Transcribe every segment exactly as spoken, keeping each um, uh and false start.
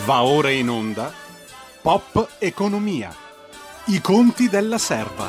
Va ora in onda Pop Economia, i conti della serva.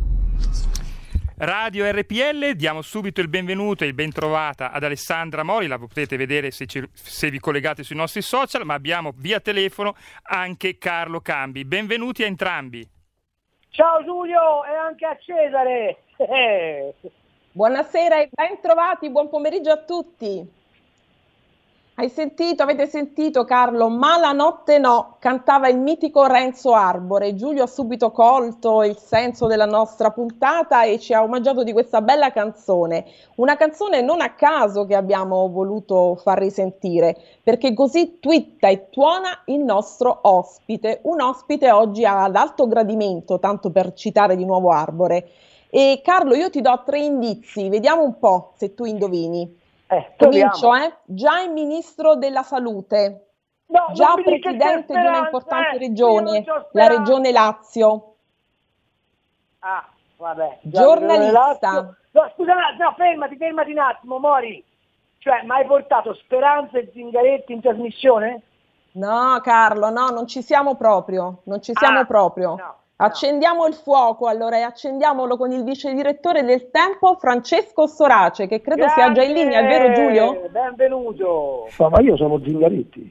Radio R P L, diamo subito il benvenuto e il bentrovata ad Alessandra Mori, la potete vedere se, ci, se vi collegate sui nostri social, ma abbiamo via telefono anche Carlo Cambi. Benvenuti a entrambi. Ciao Giulio e anche a Cesare. Buonasera e ben trovati, buon pomeriggio a tutti. Hai sentito, avete sentito Carlo? Ma la notte no, cantava il mitico Renzo Arbore. Giulio ha subito colto il senso della nostra puntata e ci ha omaggiato di questa bella canzone. Una canzone non a caso che abbiamo voluto far risentire, perché così twitta e tuona il nostro ospite. Un ospite oggi ad alto gradimento, tanto per citare di nuovo Arbore. E Carlo, io ti do tre indizi, vediamo un po' se tu indovini. Eh, Comincio, eh? Già il ministro della salute, no, già presidente di una importante eh, regione, la regione Lazio. Ah, vabbè. Già giornalista. No, scusa, no, fermati, fermati un attimo, Mori. Cioè, ma hai portato Speranza e Zingaretti in trasmissione? No, Carlo, no, non ci siamo proprio, non ci siamo ah, proprio. No. Accendiamo il fuoco allora e accendiamolo con il vice direttore del Tempo, Francesco Storace, che credo Grande, sia già in linea, è vero Giulio? Benvenuto. No, ma io sono Zingaretti.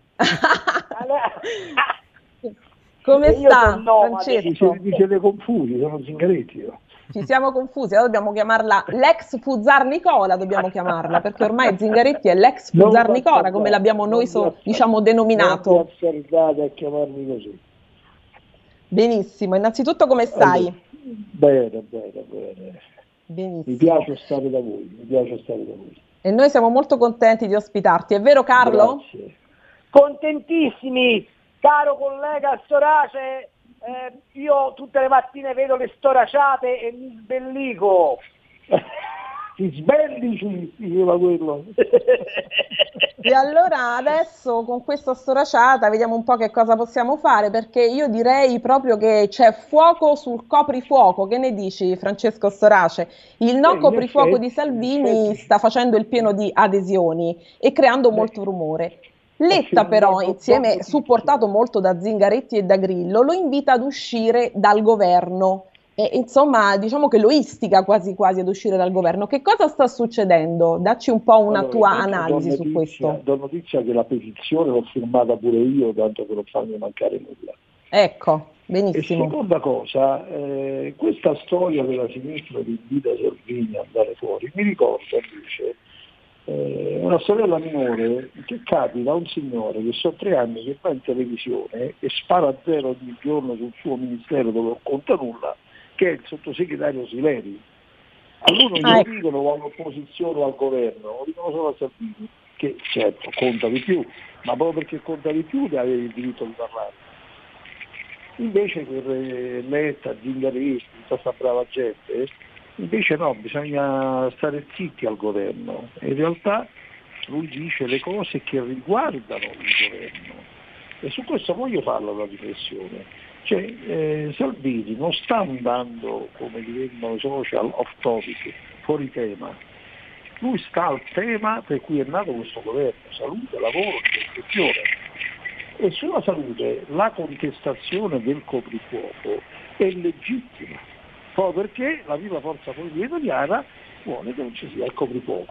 Come io sta nomade, Francesco? Vi, vi siete confusi, sono Zingaretti io. Ci siamo confusi, allora dobbiamo chiamarla l'ex Fuzzar Nicola, dobbiamo chiamarla, perché ormai Zingaretti è l'ex Fuzzar Nicola, come l'abbiamo noi so, diciamo denominato. Non vi azzardate a chiamarmi così. Benissimo, innanzitutto come stai? Allora, bene, bene, bene. Benissimo. Mi piace stare da voi, mi piace stare da voi. E noi siamo molto contenti di ospitarti, è vero Carlo? Grazie. Contentissimi, caro collega Storace, eh, io tutte le mattine vedo le storaciate e mi sbellico. Ti sbellici, diceva quello. E allora adesso con questa storaciata vediamo un po' che cosa possiamo fare, perché io direi proprio che c'è fuoco sul coprifuoco. Che ne dici Francesco Storace? Il no Eh, coprifuoco effetti, di Salvini effetti. sta facendo il pieno di adesioni e creando Beh, molto rumore. Letta sì, però, dopo- insieme, dopo- supportato molto da Zingaretti e da Grillo, lo invita ad uscire dal governo. E, insomma, diciamo che lo istiga quasi quasi ad uscire dal governo. Che cosa sta succedendo? Dacci un po' una Allora, tua intanto analisi do su notizia, questo. do notizia che la petizione l'ho firmata pure io, tanto per non farmi mancare nulla. Ecco, E benissimo. seconda cosa, eh, questa storia della sinistra che invita Salvini ad andare fuori, mi ricorda invece eh, una sorella minore che capita a un signore che sono tre anni che va in televisione e spara a zero ogni giorno sul suo ministero dove non conta nulla, che è il sottosegretario Sileri. A lui non Ah, glielo ecco. dicono all'opposizione o al governo, lo dicono solo a Salvini, che certo conta di più, ma proprio perché conta di più deve avere il diritto di parlare. Invece per eh, Letta, Zingaretti, tutta questa brava gente, invece no, bisogna stare zitti al governo. E in realtà lui dice le cose che riguardano il governo. E su questo voglio farla una riflessione. Cioè, eh, Salvini non sta andando, come diventano i social, off topic, fuori tema. Lui sta al tema per cui è nato questo governo, salute, lavoro, istruzione. E sulla salute la contestazione del coprifuoco è legittima, proprio perché la viva forza politica italiana vuole che non ci sia il coprifuoco.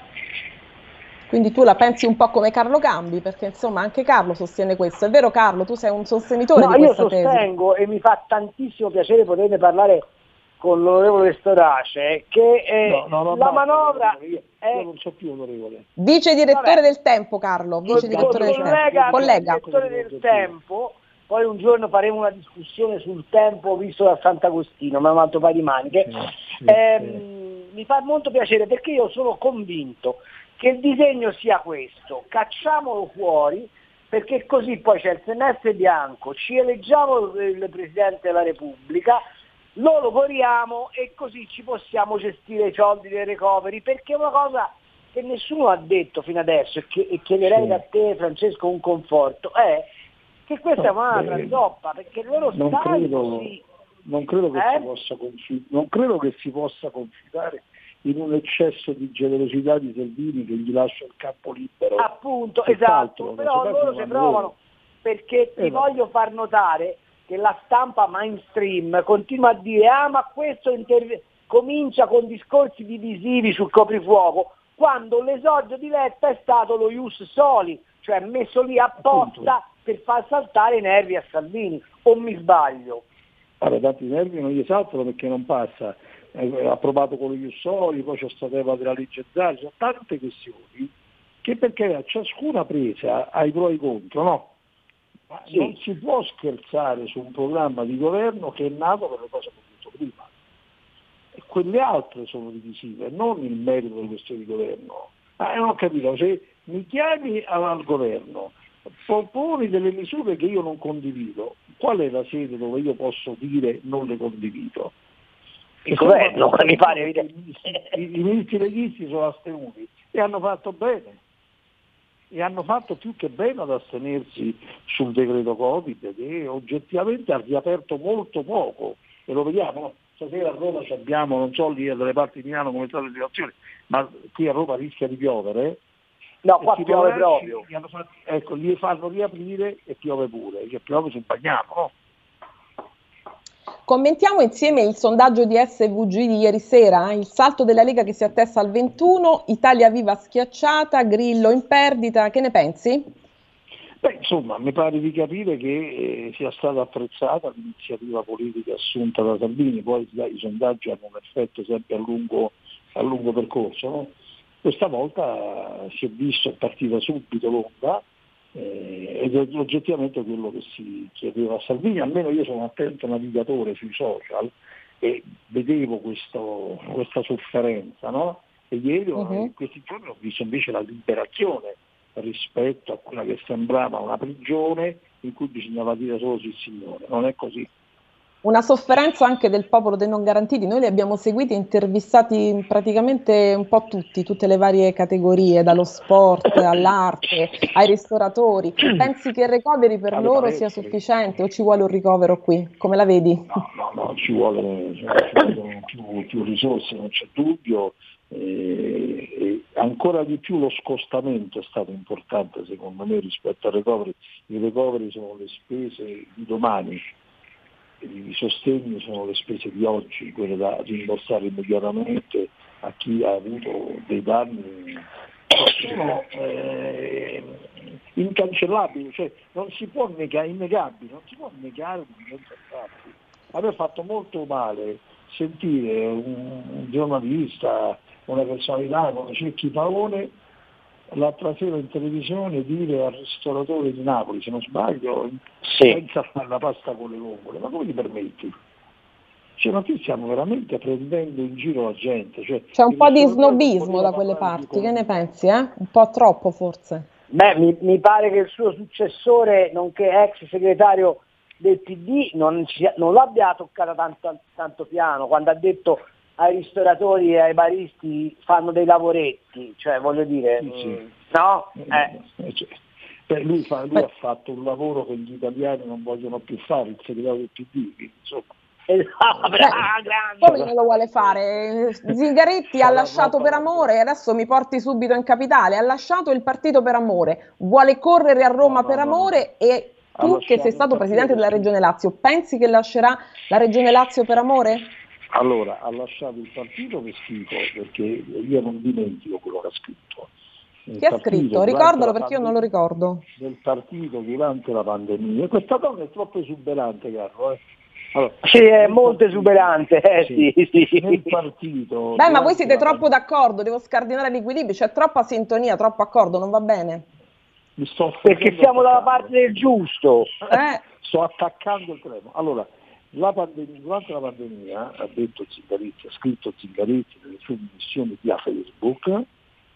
Quindi tu la pensi un po' come Carlo Cambi, perché insomma anche Carlo sostiene questo. È vero Carlo, tu sei un sostenitore No, di io questa tesi. sostengo e mi fa tantissimo piacere poterne parlare con l'onorevole Storace che eh, No, no, no, la no, manovra io, è... io non so più onorevole. Vice direttore Vabbè. del Tempo, Carlo, vice direttore del collega, Tempo. Collega. direttore del Tempo, poi un giorno faremo una discussione sul Tempo visto da Sant'Agostino, mi ha mandato pari maniche. Sì, sì, Ehm, sì. Mi fa molto piacere perché io sono convinto che il disegno sia questo: cacciamolo fuori, perché così poi c'è il semestre bianco, ci eleggiamo il Presidente della Repubblica, lo lavoriamo e così ci possiamo gestire i soldi del recovery, perché è una cosa che nessuno ha detto fino adesso e, che, e chiederei Sì. da te Francesco un conforto, è che questa No, è una eh, tranzoppa, perché loro non stanno credo, sì. non credo che Eh? si possa confi- non credo che si possa confidare in un eccesso di generosità di Salvini che gli lascia il campo libero. Appunto, Tutt'altro, esatto, non però so, loro non si hanno trovano, loro. perché ti esatto. voglio far notare che la stampa mainstream continua a dire ah ma questo interv- comincia con discorsi divisivi sul coprifuoco, quando l'esordio di Letta è stato lo ius soli, cioè messo lì apposta Appunto. per far saltare i nervi a Salvini, o mi sbaglio? Allora, tanti nervi non gli saltano perché non passa, eh, ha provato con lo ius soli, poi c'è stata Eva della legge Zari, sono tante questioni che perché ciascuna presa ha i pro e i contro, no? Ma Sì. non si può scherzare su un programma di governo che è nato per le cose che ho detto prima. E quelle altre sono divisive, non il merito delle questioni di governo. Ma non ho capito, se mi chiami al governo, proponi delle misure che io non condivido, qual è la sede dove io posso dire non le condivido? Il governo, mi pare I, evidente. i, i ministri leghisti sono astenuti e hanno fatto bene. E hanno fatto più che bene ad astenersi sul decreto Covid, che oggettivamente ha riaperto molto poco, e lo vediamo. Stasera a Roma abbiamo, non so lì dalle parti di Milano come sta la situazione, ma qui a Roma rischia di piovere. No, E qua chi piove poveracci proprio. Gli hanno fatto, ecco, li fanno riaprire e piove pure, che piove se bagniamo, no? Commentiamo insieme il sondaggio di S V G di ieri sera, il salto della Lega che si attesta al ventuno, Italia Viva schiacciata, Grillo in perdita, che ne pensi? Beh, insomma, mi pare di capire che eh, sia stata apprezzata l'iniziativa politica assunta da Salvini, poi dai, i sondaggi hanno un effetto sempre a lungo, a lungo percorso, no? Questa volta si è visto, è partita subito l'onda, eh, ed è oggettivamente quello che si chiedeva a Salvini, almeno io sono attento navigatore sui social e vedevo questo, questa sofferenza, no? E ieri, uh-huh. in questi giorni ho visto invece la liberazione rispetto a quella che sembrava una prigione in cui bisognava dire solo sì signore, non è così. Una sofferenza anche del popolo dei non garantiti, noi li abbiamo seguiti e intervistati praticamente un po' tutti, tutte le varie categorie, dallo sport all'arte, ai ristoratori. Pensi che il recovery per Alle loro palestre. sia sufficiente o ci vuole un ricovero qui? Come la vedi? No, no, no, ci vuole, ci vogliono più, più risorse, non c'è dubbio. E, e ancora di più lo scostamento è stato importante secondo me rispetto al recovery. I recovery sono le spese di domani, i sostegni sono le spese di oggi, quelle da rimborsare immediatamente a chi ha avuto dei danni. Sono eh, incancellabili, cioè non si può negare, innegabili, non si può negare di diventare fatti. A me ha fatto molto male sentire un, un giornalista, una personalità come Cecchi Paone l'altra sera in televisione dire al ristoratore di Napoli, se non sbaglio, sì. senza fare la pasta con le vongole, ma come ti permetti? Cioè, ma qui stiamo veramente prendendo in giro la gente. Cioè, c'è un po' di snobismo da quelle parti, che ne pensi? Eh? Un po' troppo forse? Beh, mi, mi pare che il suo successore, nonché ex segretario del P D, non, ci, non l'abbia toccata tanto, tanto piano, quando ha detto ai ristoratori e ai baristi fanno dei lavoretti, cioè voglio dire, sì, sì. no? Eh. Cioè, beh, lui, fa, lui ha fatto un lavoro che gli italiani non vogliono più fare, il segretario del P D, quindi, insomma. Esatto, Beh, come non lo vuole fare? Zingaretti ha lasciato per amore, adesso mi porti subito in capitale, ha lasciato il partito per amore, vuole correre a Roma no, no, per no, amore no. E tu che sei stato presidente della schifo. Regione Lazio, pensi che lascerà la Regione Lazio per amore? Allora, ha lasciato il partito per schifo, perché io non dimentico quello che ha scritto. Chi ha scritto? Ricordalo perché io non lo ricordo. Del partito durante la pandemia. Questa donna è troppo esuberante, Carlo. Eh. Allora, sì, è molto esuberante. Eh, sì, sì, sì. Nel partito. Beh, ma voi siete troppo d'accordo, devo scardinare l'equilibrio, c'è troppa sintonia, troppo accordo, non va bene. Mi sto perché siamo dalla parte del giusto. Eh. Sto attaccando il treno. Allora, la pandemia, durante la pandemia, ha detto Zingaretti, ha scritto Zingaretti nelle sue missioni via Facebook,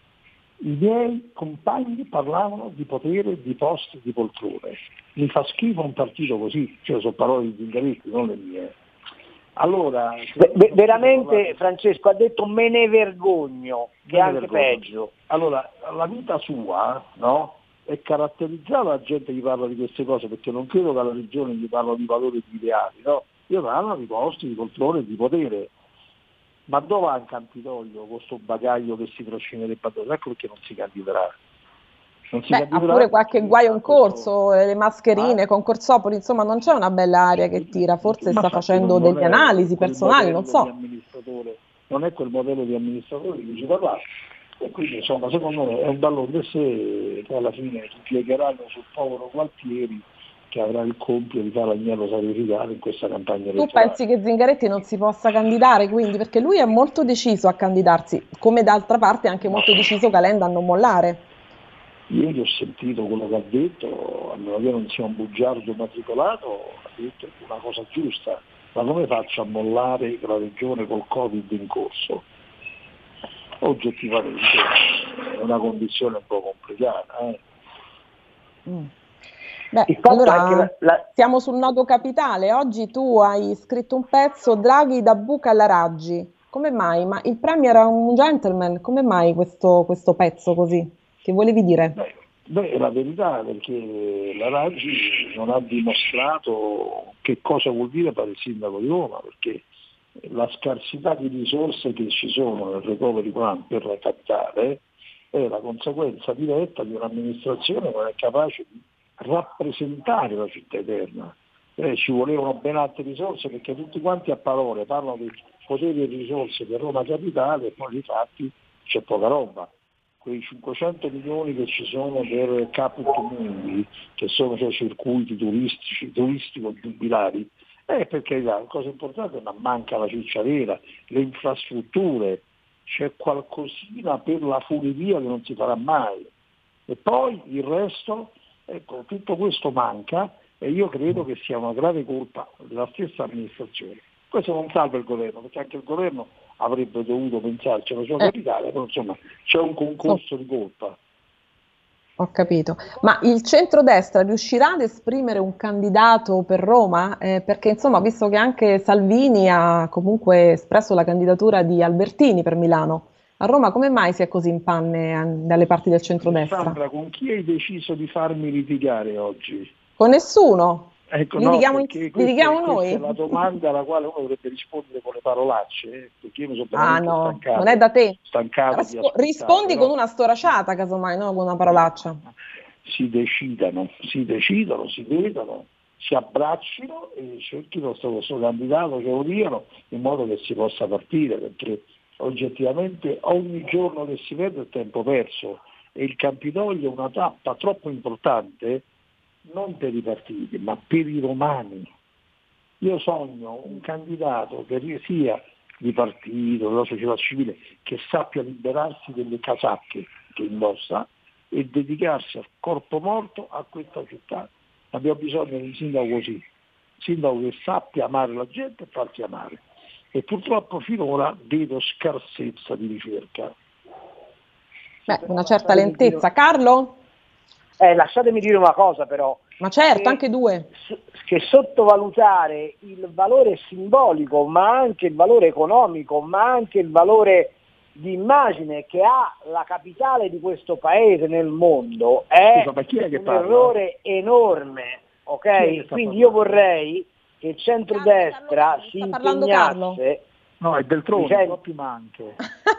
i miei compagni parlavano di potere, di posti, di poltrone. Mi fa schifo un partito così, cioè sono parole di Zingaretti, non le mie. Allora, Beh, veramente Francesco ha detto me ne vergogno, che è anche vergogno. peggio. Allora, la vita sua, no? È caratterizzata la gente che parla di queste cose, perché non credo che alla regione gli parlo di valori di ideali, no? Io parlo di posti, di poltrone, di potere. Ma dove va in Campidoglio con questo bagaglio che si trascinerebbe addosso? Ecco perché non si candiderà. Non si Beh, ha pure qualche guaio in corso, le mascherine, ah? Concorsopoli, insomma non c'è una bella aria che tira, forse Ma sta facendo delle analisi personali, non so. Non è quel modello di amministratore di cui ci parlava. E quindi insomma secondo me è un ballon de sé che alla fine si piegheranno sul povero Gualtieri che avrà il compito di fare l'agnello sacrificare in questa campagna elettorale. Tu pensi che Zingaretti non si possa candidare quindi? Perché lui è molto deciso a candidarsi, come d'altra parte è anche molto deciso Calenda a non mollare. Io gli ho sentito quello che ha detto, a meno che non sia un bugiardo matricolato, ha detto una cosa giusta, ma come faccio a mollare la regione col Covid in corso? Oggettivamente è una condizione un po' complicata. Eh? Mm. Beh, allora la, la... siamo sul nodo capitale. Oggi tu hai scritto un pezzo, Draghi da Buca alla Raggi. Come mai? Ma il Premier è un gentleman, come mai questo, questo pezzo così? Che volevi dire? Beh, beh, è la verità, perché la Raggi non ha dimostrato che cosa vuol dire fare il sindaco di Roma, perché la scarsità di risorse che ci sono nel recovery plan per la capitale è la conseguenza diretta di un'amministrazione che non è capace di rappresentare la città eterna. Eh, ci volevano ben altre risorse, perché tutti quanti a parole parlano di poteri e risorse per Roma Capitale e poi di fatti c'è poca roba. Quei cinquecento milioni che ci sono per Caput Mundi, che sono cioè circuiti turistici, turistico-giubilari, è perché la cosa importante, ma manca la ciccia vera, le infrastrutture, c'è qualcosina per la funivia che non si farà mai. E poi il resto, ecco, tutto questo manca e io credo che sia una grave colpa della stessa amministrazione. Questo non salva il governo, perché anche il governo avrebbe dovuto pensarci alla sua capitale, però insomma c'è un concorso di colpa. Ho capito, ma il centrodestra riuscirà ad esprimere un candidato per Roma? Eh, perché insomma, visto che anche Salvini ha comunque espresso la candidatura di Albertini per Milano, a Roma come mai si è così in panne dalle parti del centrodestra? Sandra, con chi hai deciso di farmi litigare oggi? Con nessuno. Ecco, litighiamo no, in, litighiamo questa, noi? Questa è la domanda alla quale uno dovrebbe rispondere con le parolacce, eh, perché io mi sono veramente ah, no, stancato. Non è da te. Rispo- rispondi no? con una storacciata, casomai, no? Con una parolaccia. Si decidano, si decidono, si vedono, si abbraccino e cerchino questo, questo candidato che odiano in modo che si possa partire, perché oggettivamente ogni giorno che si perde è tempo perso e il Campidoglio è una tappa troppo importante non per i partiti, ma per i romani. Io sogno un candidato che sia di partito, della società civile, che sappia liberarsi delle casacche che indossa e dedicarsi al corpo morto a questa città. Abbiamo bisogno di un sindaco così, un sindaco che sappia amare la gente e farsi amare. E purtroppo finora vedo scarsezza di ricerca. Beh, una certa lentezza. Carlo? Eh, lasciatemi dire una cosa però. Ma certo, che, anche due. Che sottovalutare il valore simbolico, ma anche il valore economico, ma anche il valore di immagine che ha la capitale di questo paese nel mondo è, Scusa, ma chi è che un parla? errore enorme, ok? Quindi io vorrei che il centrodestra Carlo, si impegnasse. No, è Beltroni, dicendo, troppi manche.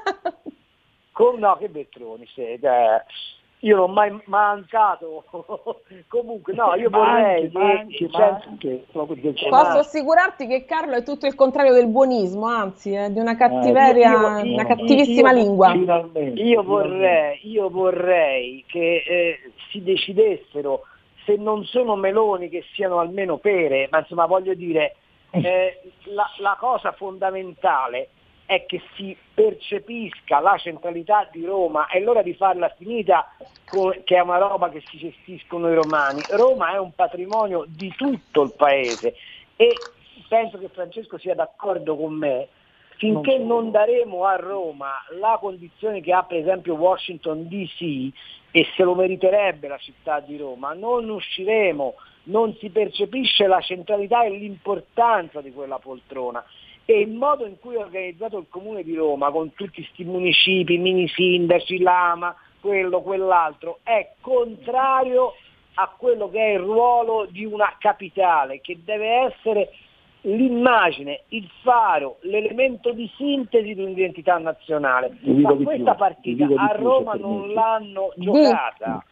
Con, no, che Beltroni, siete. Io non ho mai mancato, comunque no, io vorrei manche, che... manche, manche. Posso assicurarti che Carlo è tutto il contrario del buonismo, anzi è di una cattiveria, io, io, una cattivissima io, lingua. Finalmente, io, finalmente. vorrei, io vorrei che eh, si decidessero, se non sono meloni che siano almeno pere, ma insomma voglio dire, eh, la, la cosa fondamentale è che si percepisca la centralità di Roma, è l'ora di farla finita con, che è una roba che si gestiscono i romani. Roma è un patrimonio di tutto il paese e penso che Francesco sia d'accordo con me, finché non, non daremo a Roma la condizione che ha per esempio Washington D C e se lo meriterebbe la città di Roma, non usciremo, non si percepisce la centralità e l'importanza di quella poltrona. E il modo in cui è organizzato il Comune di Roma, con tutti questi municipi, mini sindaci, Lama, quello, quell'altro, è contrario a quello che è il ruolo di una capitale, che deve essere l'immagine, il faro, l'elemento di sintesi di un'identità nazionale. Ma questa partita a Roma non l'hanno giocata.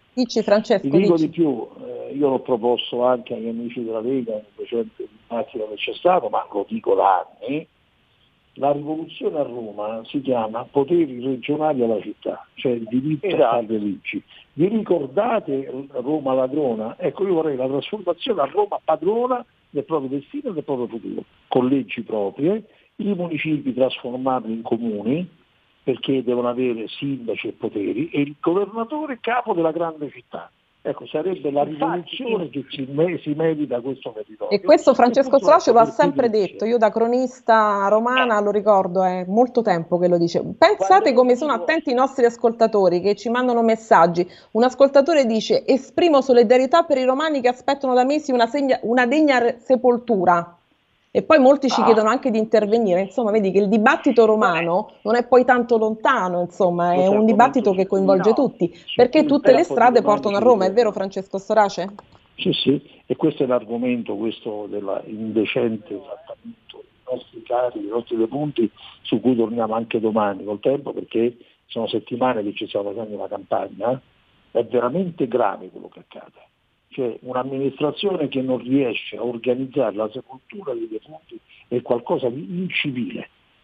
Dici Francesco, Ti dico dici. di più, eh, io l'ho proposto anche agli amici della Lega nel precedente dibattito che c'è stato, ma lo dico da anni, la rivoluzione a Roma si chiama poteri regionali alla città, cioè il diritto Esatto. a fare le leggi. Vi ricordate Roma ladrona? Ecco, io vorrei la trasformazione a Roma padrona del proprio destino e del proprio futuro, con leggi proprie, i municipi trasformati in comuni, perché devono avere sindaci e poteri, e il governatore capo della grande città. Ecco, sarebbe la rivoluzione che si, si merita questo territorio. E questo Francesco E Storace lo ha per sempre pigrizia. detto, io da cronista romana lo ricordo, è molto tempo che lo dice. Pensate Quando come io sono dico- attenti i nostri ascoltatori che ci mandano messaggi. Un ascoltatore dice: esprimo solidarietà per i romani che aspettano da mesi una, segna- una degna re- sepoltura. E poi molti ci Ah. chiedono anche di intervenire. Insomma, vedi che il dibattito romano non è poi tanto lontano, insomma, è Questo un dibattito che argomento su coinvolge cui- tutti. su Perché cui tutte il le tempo di strade domani portano a ci Roma, è ritorna. vero Francesco Storace? Sì, sì, e questo è l'argomento, questo della indecente trattamento dei nostri cari, dei nostri defunti, su cui torniamo anche domani col tempo, perché sono settimane che ci stiamo facendo una campagna, è veramente grave quello che accade. Cioè un'amministrazione che non riesce a organizzare la sepoltura dei defunti è qualcosa di incivile.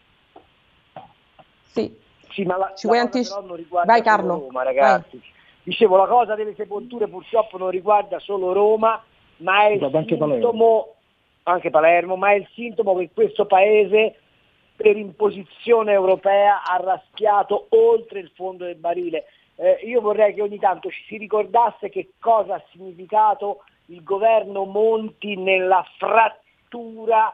Sì. Sì, ma la, Ci la vuoi cosa antici- però non riguarda Vai, solo Carlo, Roma, ragazzi. Dicevo, la cosa delle sepolture purtroppo non riguarda solo Roma, ma è il Riguarda anche sintomo, anche Palermo, ma è il sintomo che questo paese per imposizione europea ha raschiato oltre il fondo del barile. Eh, io vorrei che ogni tanto ci si ricordasse che cosa ha significato il governo Monti nella frattura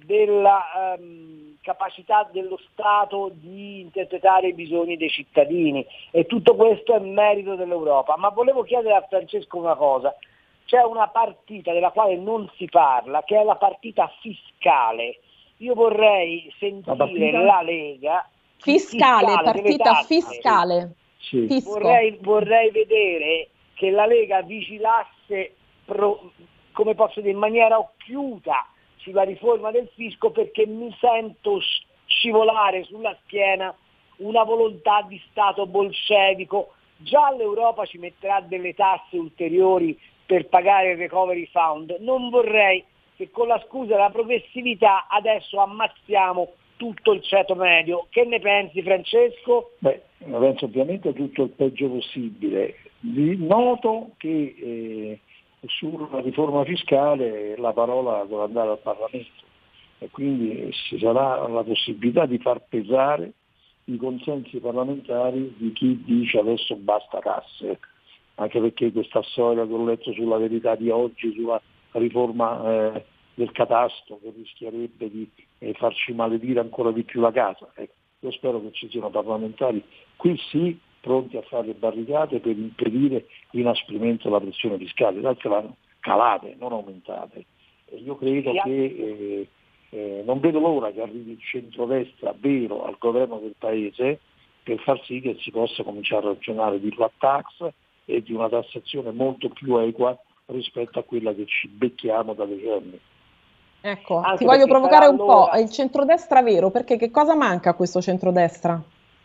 della ehm, capacità dello Stato di interpretare i bisogni dei cittadini, e tutto questo è merito dell'Europa. Ma volevo chiedere a Francesco una cosa: c'è una partita della quale non si parla, che è la partita fiscale. Io vorrei sentire partita? la Lega Fiscale, delle partita tasse. fiscale. Sì. Fisco. Vorrei, vorrei vedere che la Lega vigilasse pro, come posso dire, in maniera occhiuta sulla riforma del fisco, perché mi sento scivolare sulla schiena una volontà di Stato bolscevico. Già l'Europa ci metterà delle tasse ulteriori per pagare il recovery fund, non vorrei che con la scusa della progressività adesso ammazziamo tutto il ceto medio. Che ne pensi, Francesco? Beh, penso ovviamente tutto il peggio possibile. Vi noto che eh, sulla riforma fiscale la parola dovrà andare al Parlamento e quindi ci sarà la possibilità di far pesare i consensi parlamentari di chi dice adesso basta tasse, anche perché questa storia che ho letto sulla Verità di oggi, sulla riforma eh, del catasto, che rischierebbe di eh, farci maledire ancora di più la casa. Ecco, io spero che ci siano parlamentari qui sì pronti a fare le barricate per impedire l'inasprimento della pressione fiscale, l'altra vanno calate, non aumentate. E io credo che eh, eh, non vedo l'ora che arrivi il centrodestra vero al governo del paese per far sì che si possa cominciare a ragionare di flat tax e di una tassazione molto più equa rispetto a quella che ci becchiamo da decenni. Ecco, Anche ti voglio perché provocare sarà un po', allora- il centrodestra vero, perché che cosa manca a questo centrodestra?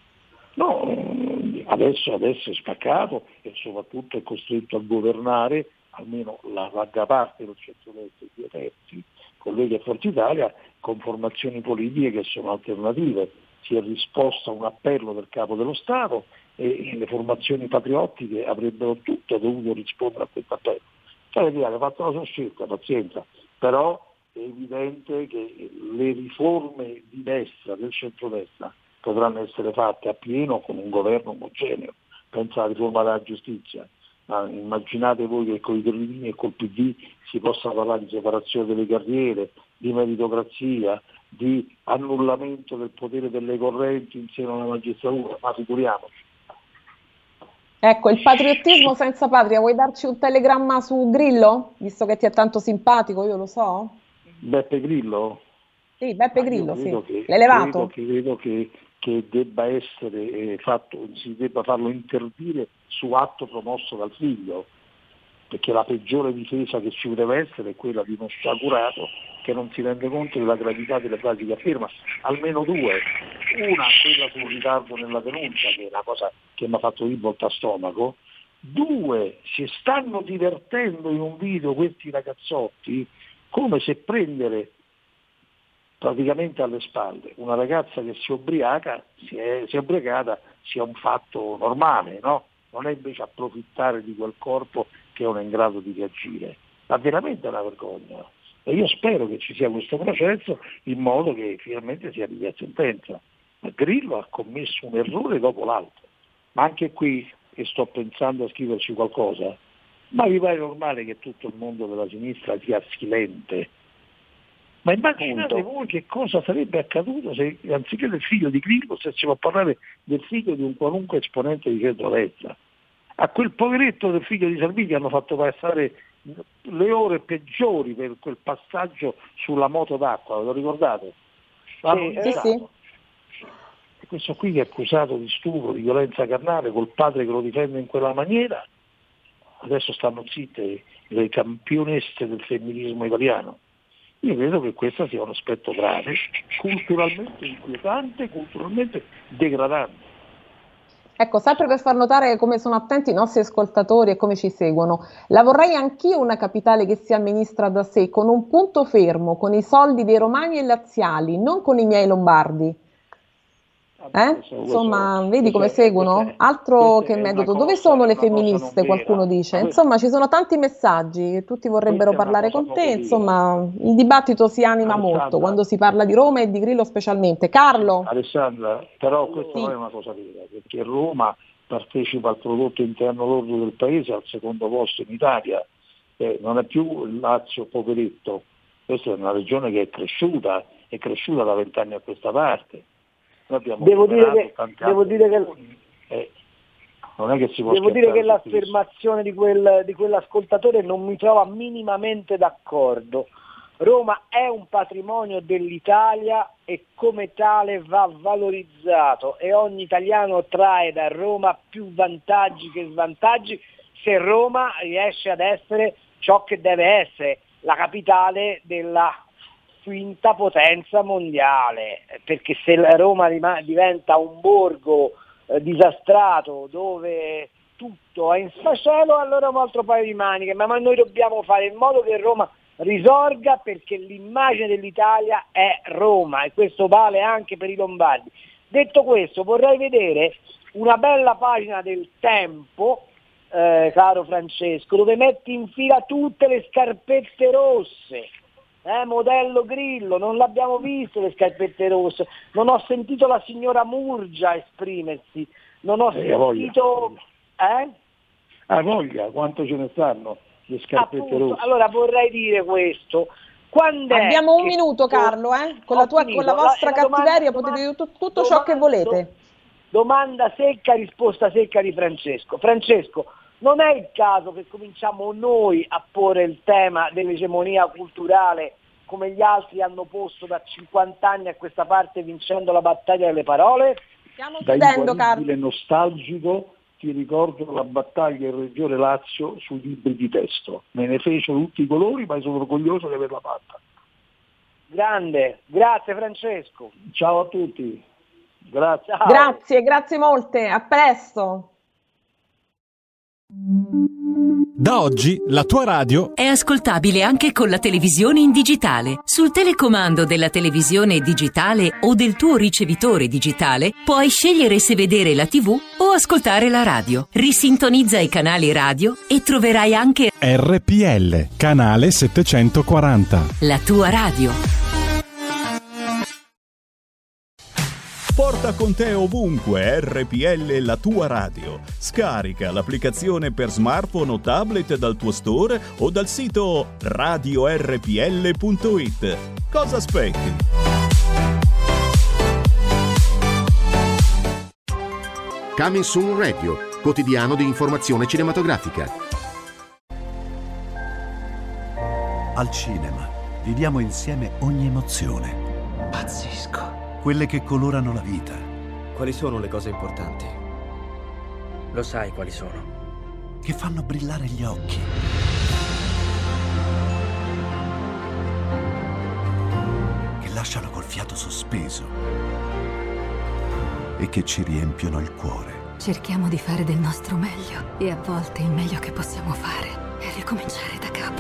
No, adesso, adesso è spaccato e soprattutto è costretto a governare, almeno la larga parte del centrodestra, due terzi, con Lega e Forza Italia, con formazioni politiche che sono alternative. Si è risposto a un appello del Capo dello Stato e le formazioni patriottiche avrebbero tutte dovuto rispondere a questo appello. Cioè, ha fatto la sua scelta, pazienza, però è evidente che le riforme di destra, del centrodestra, potranno essere fatte a pieno con un governo omogeneo. Pensa alla riforma della giustizia. Ma immaginate voi che con i Grillini e col P D si possa parlare di separazione delle carriere, di meritocrazia, di annullamento del potere delle correnti in seno alla magistratura, ma figuriamoci. Ecco, il patriottismo senza patria, vuoi darci un telegramma su Grillo? Visto che ti è tanto simpatico, io lo so. Beppe Grillo? Sì, Beppe Ma io Grillo, sì. credo che, L'hai levato? credo, credo che, che debba essere eh, fatto, si debba farlo interdire su atto promosso dal figlio, perché la peggiore difesa che ci deve essere è quella di uno sciagurato che non si rende conto della gravità delle frasi che afferma, almeno due. Una, quella sul ritardo nella denuncia, che è una cosa che mi ha fatto rivolta a stomaco, Due, si stanno divertendo in un video questi ragazzotti come se prendere praticamente alle spalle una ragazza che si ubriaca, si è, si è ubriacata, sia un fatto normale, no? Non è invece approfittare di quel corpo che non è in grado di reagire. Ma veramente è una vergogna. E io spero che ci sia questo processo in modo che finalmente si arrivi a sentenza. Ma Grillo ha commesso un errore dopo l'altro. Ma anche qui, e sto pensando a scriverci qualcosa, ma vi pare normale che tutto il mondo della sinistra sia silente? Ma immaginate voi che cosa sarebbe accaduto se anziché del figlio di Grillo stessimo a parlare del figlio di un qualunque esponente di centrodestra. A quel poveretto del figlio di Salvini hanno fatto passare le ore peggiori per quel passaggio sulla moto d'acqua, ve lo ricordate? Sì, sì, sì. E questo qui che è accusato di stupro, di violenza carnale, col padre che lo difende in quella maniera, adesso stanno zitte le campionesse del femminismo italiano. Io credo che questo sia un aspetto grave, culturalmente inquietante, culturalmente degradante. Ecco, sempre per far notare come sono attenti i nostri ascoltatori e come ci seguono, la vorrei anch'io una capitale che si amministra da sé, con un punto fermo, con i soldi dei romani e laziali, non con i miei lombardi. Eh? Insomma, vedi come seguono? Altro che metodo. Dove sono le femministe? Qualcuno dice. Insomma, ci sono tanti messaggi che tutti vorrebbero parlare con te. Insomma, il dibattito si anima molto quando si parla di Roma e di Grillo specialmente. Carlo? Alessandra, però questa non è una cosa vera, perché Roma partecipa al prodotto interno lordo del paese al secondo posto in Italia, eh, non è più il Lazio poveretto. Questa è una regione che è cresciuta, è cresciuta da vent'anni a questa parte. Devo dire che, devo dire che, eh, non è che si può devo dire che l'affermazione di, quel, di quell'ascoltatore non mi trova minimamente d'accordo. Roma è un patrimonio dell'Italia e come tale va valorizzato e ogni italiano trae da Roma più vantaggi che svantaggi se Roma riesce ad essere ciò che deve essere, la capitale della quinta potenza mondiale, perché se Roma diventa un borgo eh, disastrato dove tutto è in sfascello, allora è un altro paio di maniche, ma, ma noi dobbiamo fare in modo che Roma risorga, perché l'immagine dell'Italia è Roma e questo vale anche per i lombardi. Detto questo, vorrei vedere una bella pagina del Tempo, eh, caro Francesco, dove metti in fila tutte le scarpette rosse. Eh, modello Grillo, non l'abbiamo visto le scarpette rosse, non ho sentito la signora Murgia esprimersi, non ho eh, sentito... Eh? Ah, voglia, quanto ce ne stanno le scarpette Appunto, rosse? allora vorrei dire questo. Quando abbiamo un minuto, Carlo, eh? con, la tua, con la vostra la cattiveria domanda, potete dire tutto, tutto domanda, ciò che volete. Domanda secca, risposta secca di Francesco. Francesco, non è il caso che cominciamo noi a porre il tema dell'egemonia culturale come gli altri hanno posto da cinquanta anni a questa parte, vincendo la battaglia delle parole? Stiamo da chiudendo, Carlo. Nostalgico ti ricordo la battaglia in Regione Lazio sui libri di testo. Me ne fecero tutti i colori, ma sono orgoglioso di averla fatta. Grande, grazie Francesco. Ciao a tutti. Grazie. Ciao. Grazie, grazie molte, a presto. Da oggi la tua radio è ascoltabile anche con la televisione in digitale. Sul telecomando della televisione digitale o del tuo ricevitore digitale puoi scegliere se vedere la tivù o ascoltare la radio. Risintonizza i canali radio e troverai anche R P L, canale settecentoquaranta. La tua radio. Porta con te ovunque R P L, la tua radio. Scarica l'applicazione per smartphone o tablet dal tuo store o dal sito radio r p l punto i t. Cosa aspetti? Coming Soon Radio, quotidiano di informazione cinematografica. Al cinema viviamo insieme ogni emozione. Pazzesco. Quelle che colorano la vita. Quali sono le cose importanti? Lo sai quali sono? Che fanno brillare gli occhi. Che lasciano col fiato sospeso. E che ci riempiono il cuore. Cerchiamo di fare del nostro meglio e a volte il meglio che possiamo fare è ricominciare da capo.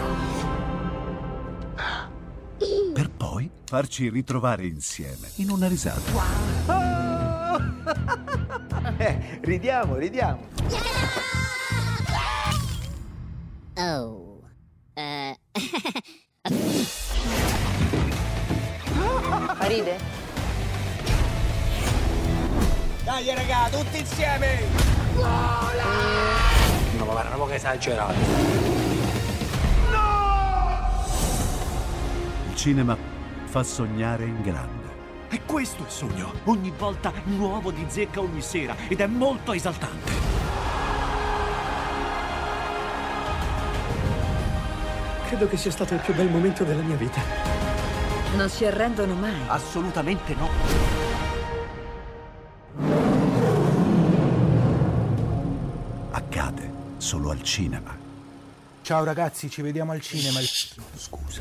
Per poi farci ritrovare insieme in una risata. Wow. eh, ridiamo, ridiamo. Oh. Uh. Ride? Dai raga, tutti insieme! Vola! No, ma guarda, un po' che esagerato. Il cinema fa sognare in grande. E questo è il sogno. Ogni volta nuovo di zecca ogni sera ed è molto esaltante. Credo che sia stato il più bel momento della mia vita. Non si arrendono mai. Assolutamente no. Accade solo al cinema. Ciao ragazzi, ci vediamo al cinema. Scusa.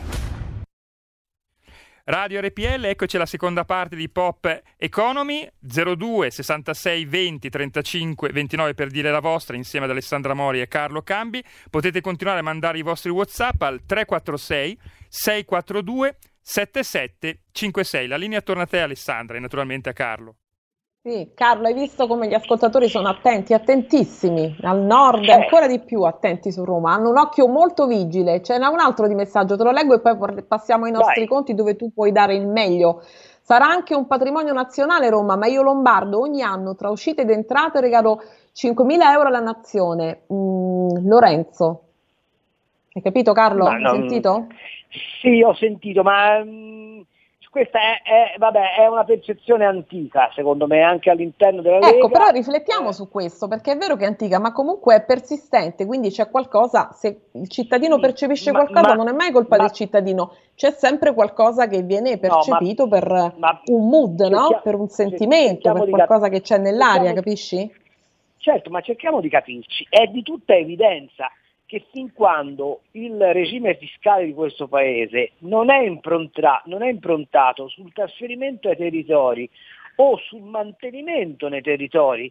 Radio R P L, eccoci alla seconda parte di Pop Economy. Zero due sessantasei venti trentacinque ventinove per dire la vostra, insieme ad Alessandra Mori e Carlo Cambi. Potete continuare a mandare i vostri WhatsApp al tre quattro sei sei quattro due sette sette cinque sei. La linea torna a te, Alessandra, e naturalmente a Carlo. Sì, Carlo, hai visto come gli ascoltatori sono attenti, attentissimi, al nord ancora di più attenti su Roma, hanno un occhio molto vigile. Ce n'è un altro di messaggio, te lo leggo e poi passiamo ai nostri Vai. conti dove tu puoi dare il meglio. Sarà anche un patrimonio nazionale Roma, ma io lombardo ogni anno tra uscite ed entrate regalo cinquemila euro alla nazione. Mm, Lorenzo, hai capito Carlo? Ma Hai non- sentito? Sì, ho sentito, ma mm, questa è, è, vabbè, è una percezione antica, secondo me, anche all'interno della Lega. Ecco, però riflettiamo su questo, perché è vero che è antica, ma comunque è persistente, quindi c'è qualcosa, se il cittadino percepisce ma- qualcosa ma- non è mai colpa ma- del cittadino, c'è sempre qualcosa che viene percepito per un mood, no? cerchia- Per un sentimento, cerchiamo per di qualcosa cap- che c'è nell'aria, cerchiamo- capisci? Certo, ma cerchiamo di capirci. È di tutta evidenza che fin quando il regime fiscale di questo paese non è, impronta- non è improntato sul trasferimento ai territori o sul mantenimento nei territori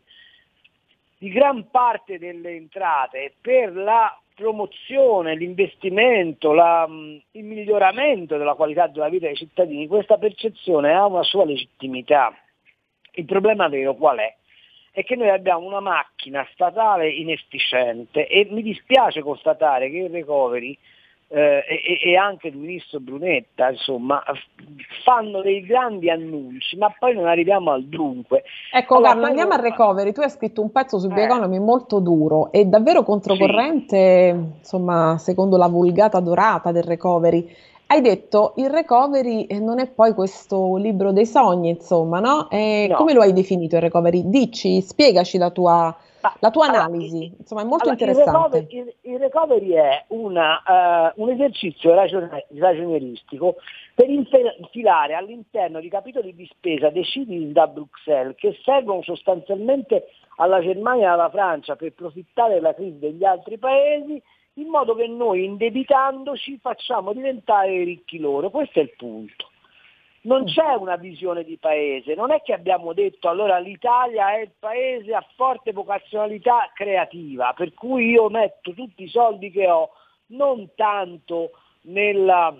di gran parte delle entrate per la promozione, l'investimento, la, mh, il miglioramento della qualità della vita dei cittadini, questa percezione ha una sua legittimità. Il problema vero qual è? È che noi abbiamo una macchina statale inefficiente e mi dispiace constatare che il recovery eh, e, e anche il ministro Brunetta insomma fanno dei grandi annunci ma poi non arriviamo al dunque. Ecco Allora, Carlo, andiamo al però- recovery, tu hai scritto un pezzo su Big Eh. Economy molto duro e davvero controcorrente, insomma, secondo la vulgata dorata del recovery. Hai detto il recovery eh, non è poi questo libro dei sogni, insomma, no? E No. come lo hai definito il recovery? Dici, spiegaci la tua, la tua allora, analisi, insomma, è molto Allora, il interessante. recovery, il, il recovery è una, eh, un esercizio ragione- ragionieristico per infe- infilare all'interno di capitoli di spesa decisi da Bruxelles che servono sostanzialmente alla Germania e alla Francia per profittare della crisi degli altri paesi, in modo che noi indebitandoci facciamo diventare ricchi loro. Questo è il punto. Non c'è una visione di paese, non è che abbiamo detto allora l'Italia è il paese a forte vocazionalità creativa, per cui io metto tutti i soldi che ho, non tanto nella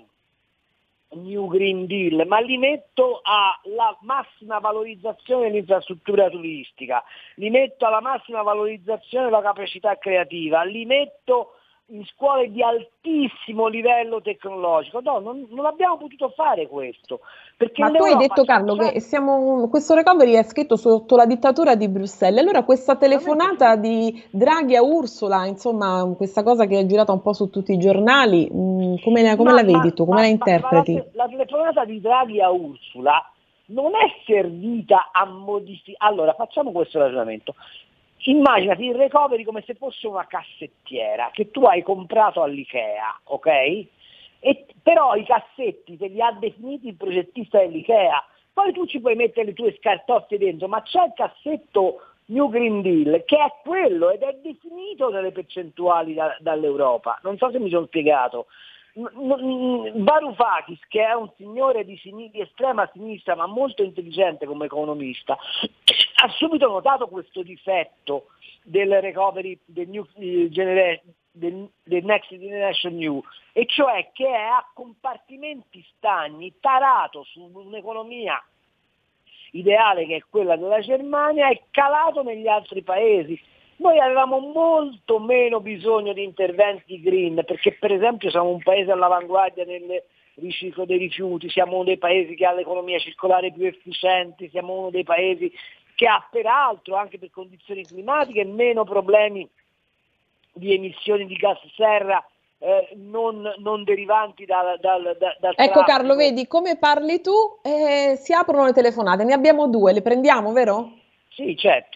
New Green Deal, ma li metto alla massima valorizzazione dell'infrastruttura turistica, li metto alla massima valorizzazione della capacità creativa, li metto in scuole di altissimo livello tecnologico. No, non, non abbiamo potuto fare questo. Perché Ma tu hai l'Europa detto, c'è- Carlo, c'è- che siamo, questo recovery è scritto sotto la dittatura di Bruxelles. Allora questa telefonata di Draghi a Ursula, insomma, questa cosa che è girata un po' su tutti i giornali, mh, come, la- come Ma- la vedi ma- tu? Come ma- la ma- interpreti? ma la, la telefonata di Draghi a Ursula non è servita a modificare. Allora, facciamo questo ragionamento. Immaginati il recovery come se fosse una cassettiera che tu hai comprato all'Ikea, ok? E, però i cassetti te li ha definiti il progettista dell'Ikea, poi tu ci puoi mettere le tue scartoffie dentro, ma c'è il cassetto New Green Deal che è quello ed è definito dalle percentuali da- dall'Europa. Non so se mi sono spiegato. Varoufakis, che è un signore di, sin- di estrema sinistra ma molto intelligente come economista, ha subito notato questo difetto del recovery del, new, genera- del, del Next Generation New, e cioè che è a compartimenti stagni, tarato su un'economia ideale che è quella della Germania e calato negli altri paesi. Noi avevamo molto meno bisogno di interventi green, perché per esempio siamo un paese all'avanguardia nel riciclo dei rifiuti, siamo uno dei paesi che ha l'economia circolare più efficiente, siamo uno dei paesi che ha peraltro, anche per condizioni climatiche, meno problemi di emissioni di gas serra eh, non, non derivanti dal, dal, dal, dal Ecco traffico. Carlo, vedi come parli tu, eh, si aprono le telefonate, ne abbiamo due, le prendiamo, vero? Sì, certo.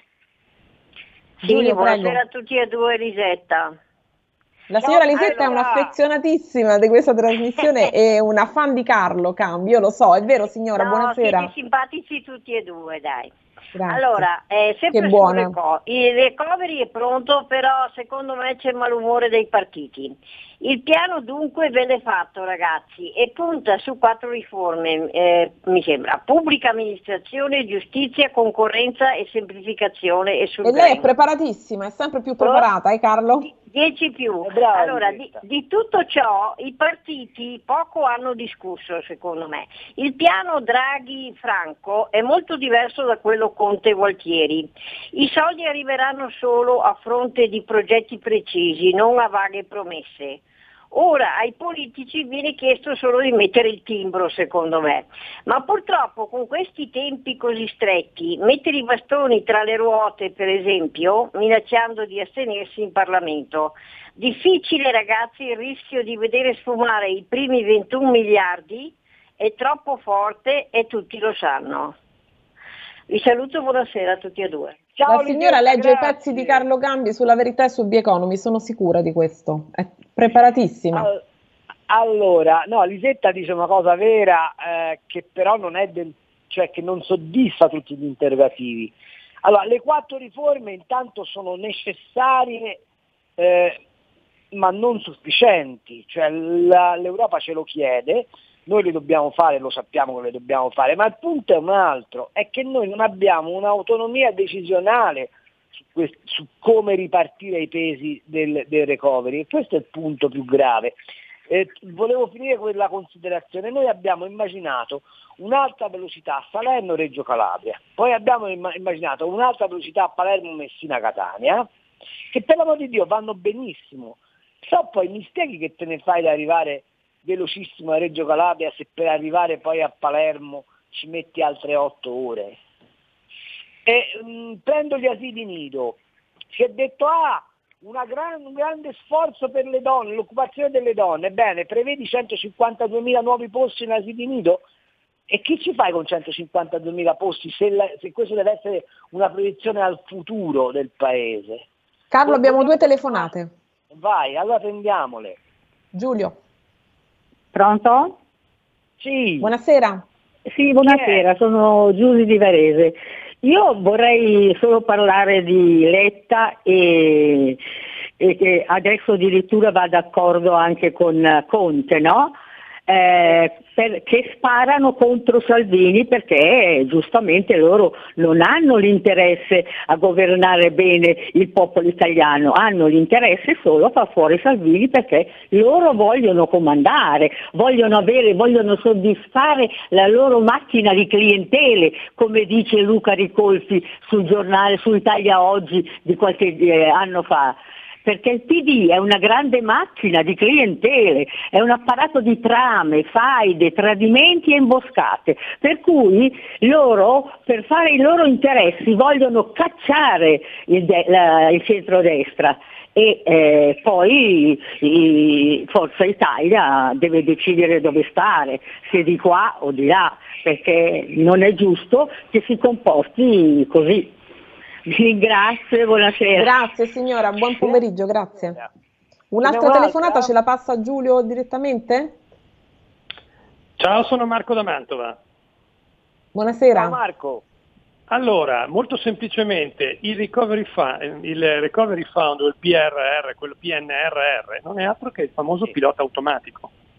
Sì, Giulio, buonasera prego. a tutti e due, Lisetta. La signora Ciao, Lisetta allora. è un'affezionatissima di questa trasmissione e una fan di Carlo Cambi, io lo so, è vero signora, No, buonasera. siete simpatici tutti e due, dai. Grazie. Allora, eh, sempre Che sul buona. reco- il recovery è pronto, però secondo me c'è malumore dei partiti. Il piano dunque viene fatto, ragazzi, e punta su quattro riforme, eh, mi sembra: pubblica amministrazione, giustizia, concorrenza e semplificazione e sul E lei è green. preparatissima, è sempre più preparata, eh Carlo? dieci più. brava, Allora, di, di tutto ciò i partiti poco hanno discusso, secondo me. Il piano Draghi-Franco è molto diverso da quello Conte-Gualtieri. I soldi arriveranno solo a fronte di progetti precisi, non a vaghe promesse. Ora ai politici viene chiesto solo di mettere il timbro, secondo me, ma purtroppo con questi tempi così stretti, mettere i bastoni tra le ruote, per esempio, minacciando di astenersi in Parlamento. Difficile, ragazzi, il rischio di vedere sfumare i primi ventuno miliardi è troppo forte e tutti lo sanno. Vi saluto, buonasera a tutti e due. La signora legge i pezzi di Carlo Cambi sulla Verità e su The Economy, sono sicura di questo, è preparatissima. All- Allora, no, Lisetta dice una cosa vera eh, che però non è del, cioè che non soddisfa tutti gli interrogativi. Allora, le quattro riforme intanto sono necessarie eh, ma non sufficienti, cioè la, l'Europa ce lo chiede, noi le dobbiamo fare, lo sappiamo che le dobbiamo fare, ma il punto è un altro, è che noi non abbiamo un'autonomia decisionale su, quest- su come ripartire i pesi del, del recovery, e questo è il punto più grave. Eh, volevo finire quella considerazione. Noi abbiamo immaginato un'alta velocità Salerno-Reggio Calabria, poi abbiamo imm- immaginato un'alta velocità Palermo-Messina-Catania, che per l'amor di Dio vanno benissimo, però poi mi spieghi che te ne fai da arrivare velocissimo a Reggio Calabria se per arrivare poi a Palermo ci metti altre otto ore? E, mh, prendo gli asili nido, si è detto ah Una gran, un grande sforzo per le donne, l'occupazione delle donne. Bene, prevedi centocinquantaduemila nuovi posti in asili nido? E chi ci fai con centocinquantaduemila posti se, la, se questo deve essere una proiezione al futuro del paese? Carlo, abbiamo due telefonate. Vai, allora prendiamole. Giulio. Pronto? Sì. Buonasera. Sì, buonasera, sono Giusy di Varese. Io vorrei solo parlare di Letta e, e che adesso addirittura va d'accordo anche con Conte, no? Eh, per, che sparano contro Salvini perché giustamente loro non hanno l'interesse a governare bene il popolo italiano, hanno l'interesse solo a far fuori Salvini perché loro vogliono comandare, vogliono avere, vogliono soddisfare la loro macchina di clientele, come dice Luca Ricolfi sul giornale, su Italia Oggi di qualche eh, anno fa. Perché il P D è una grande macchina di clientele, è un apparato di trame, faide, tradimenti e imboscate, per cui loro, per fare i loro interessi, vogliono cacciare il, de- la, il centrodestra e eh, poi i, Forza Italia deve decidere dove stare, se di qua o di là, perché non è giusto che si comporti così. Vi ringrazio, buonasera. Grazie signora, buon pomeriggio, grazie. Un'altra telefonata ce la passa Giulio direttamente? Ciao, sono Marco da Mantova. Buonasera. Ciao Marco. Allora, molto semplicemente, il Recovery Fund, il Recovery Fund o il P R R, quello P N R R, non è altro che il famoso pilota automatico.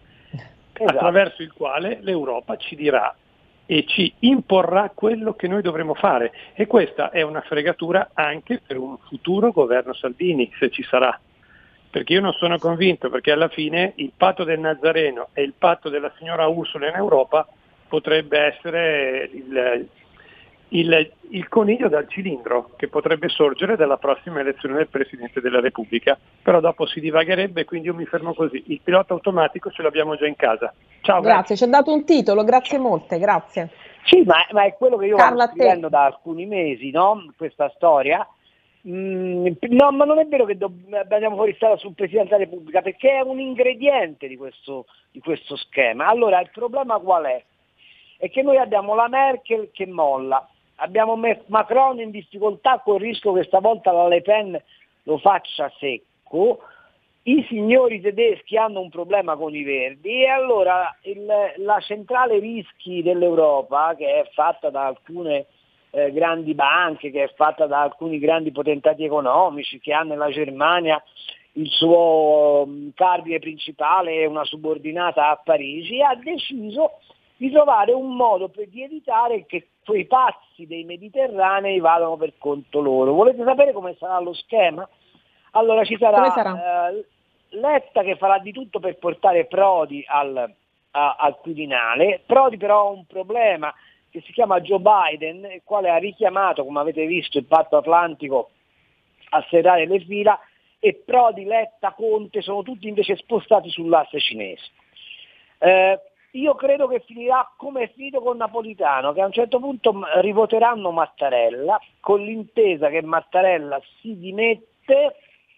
esatto. attraverso il quale l'Europa ci dirà e ci imporrà quello che noi dovremo fare, e questa è una fregatura anche per un futuro governo Salvini, se ci sarà, perché io non sono convinto, perché alla fine il patto del Nazareno e il patto della signora Ursula in Europa potrebbe essere il, il, il coniglio dal cilindro che potrebbe sorgere dalla prossima elezione del Presidente della Repubblica, però dopo si divagherebbe, quindi io mi fermo così. Il pilota automatico ce l'abbiamo già in casa. Ciao, grazie, grazie. ci ha dato un titolo, grazie molte, grazie. Sì, ma, ma è quello che io Carla, sto scrivendo da alcuni mesi, no? Questa storia. Mm, no, ma non è vero che dobb- andiamo fuori strada sul Presidente della Repubblica, perché è un ingrediente di questo, di questo schema. Allora, il problema qual è? È che noi abbiamo la Merkel che molla, abbiamo Macron in difficoltà con il rischio che stavolta la Le Pen lo faccia secco, i signori tedeschi hanno un problema con i verdi, e allora il, la centrale rischi dell'Europa, che è fatta da alcune eh, grandi banche, che è fatta da alcuni grandi potentati economici, che ha nella Germania il suo um, cardine principale e una subordinata a Parigi, ha deciso di trovare un modo per di evitare che quei pazzi dei Mediterranei vadano per conto loro. Volete sapere come sarà lo schema? Allora ci sarà, sarà? Eh, Letta che farà di tutto per portare Prodi al, a, al Quirinale. Prodi però ha un problema che si chiama Joe Biden, il quale ha richiamato, come avete visto, il patto atlantico a serrare le fila, e Prodi, Letta, Conte sono tutti invece spostati sull'asse cinese. Eh, io credo che finirà come è finito con Napolitano, che a un certo punto rivoteranno Mattarella, con l'intesa che Mattarella si dimette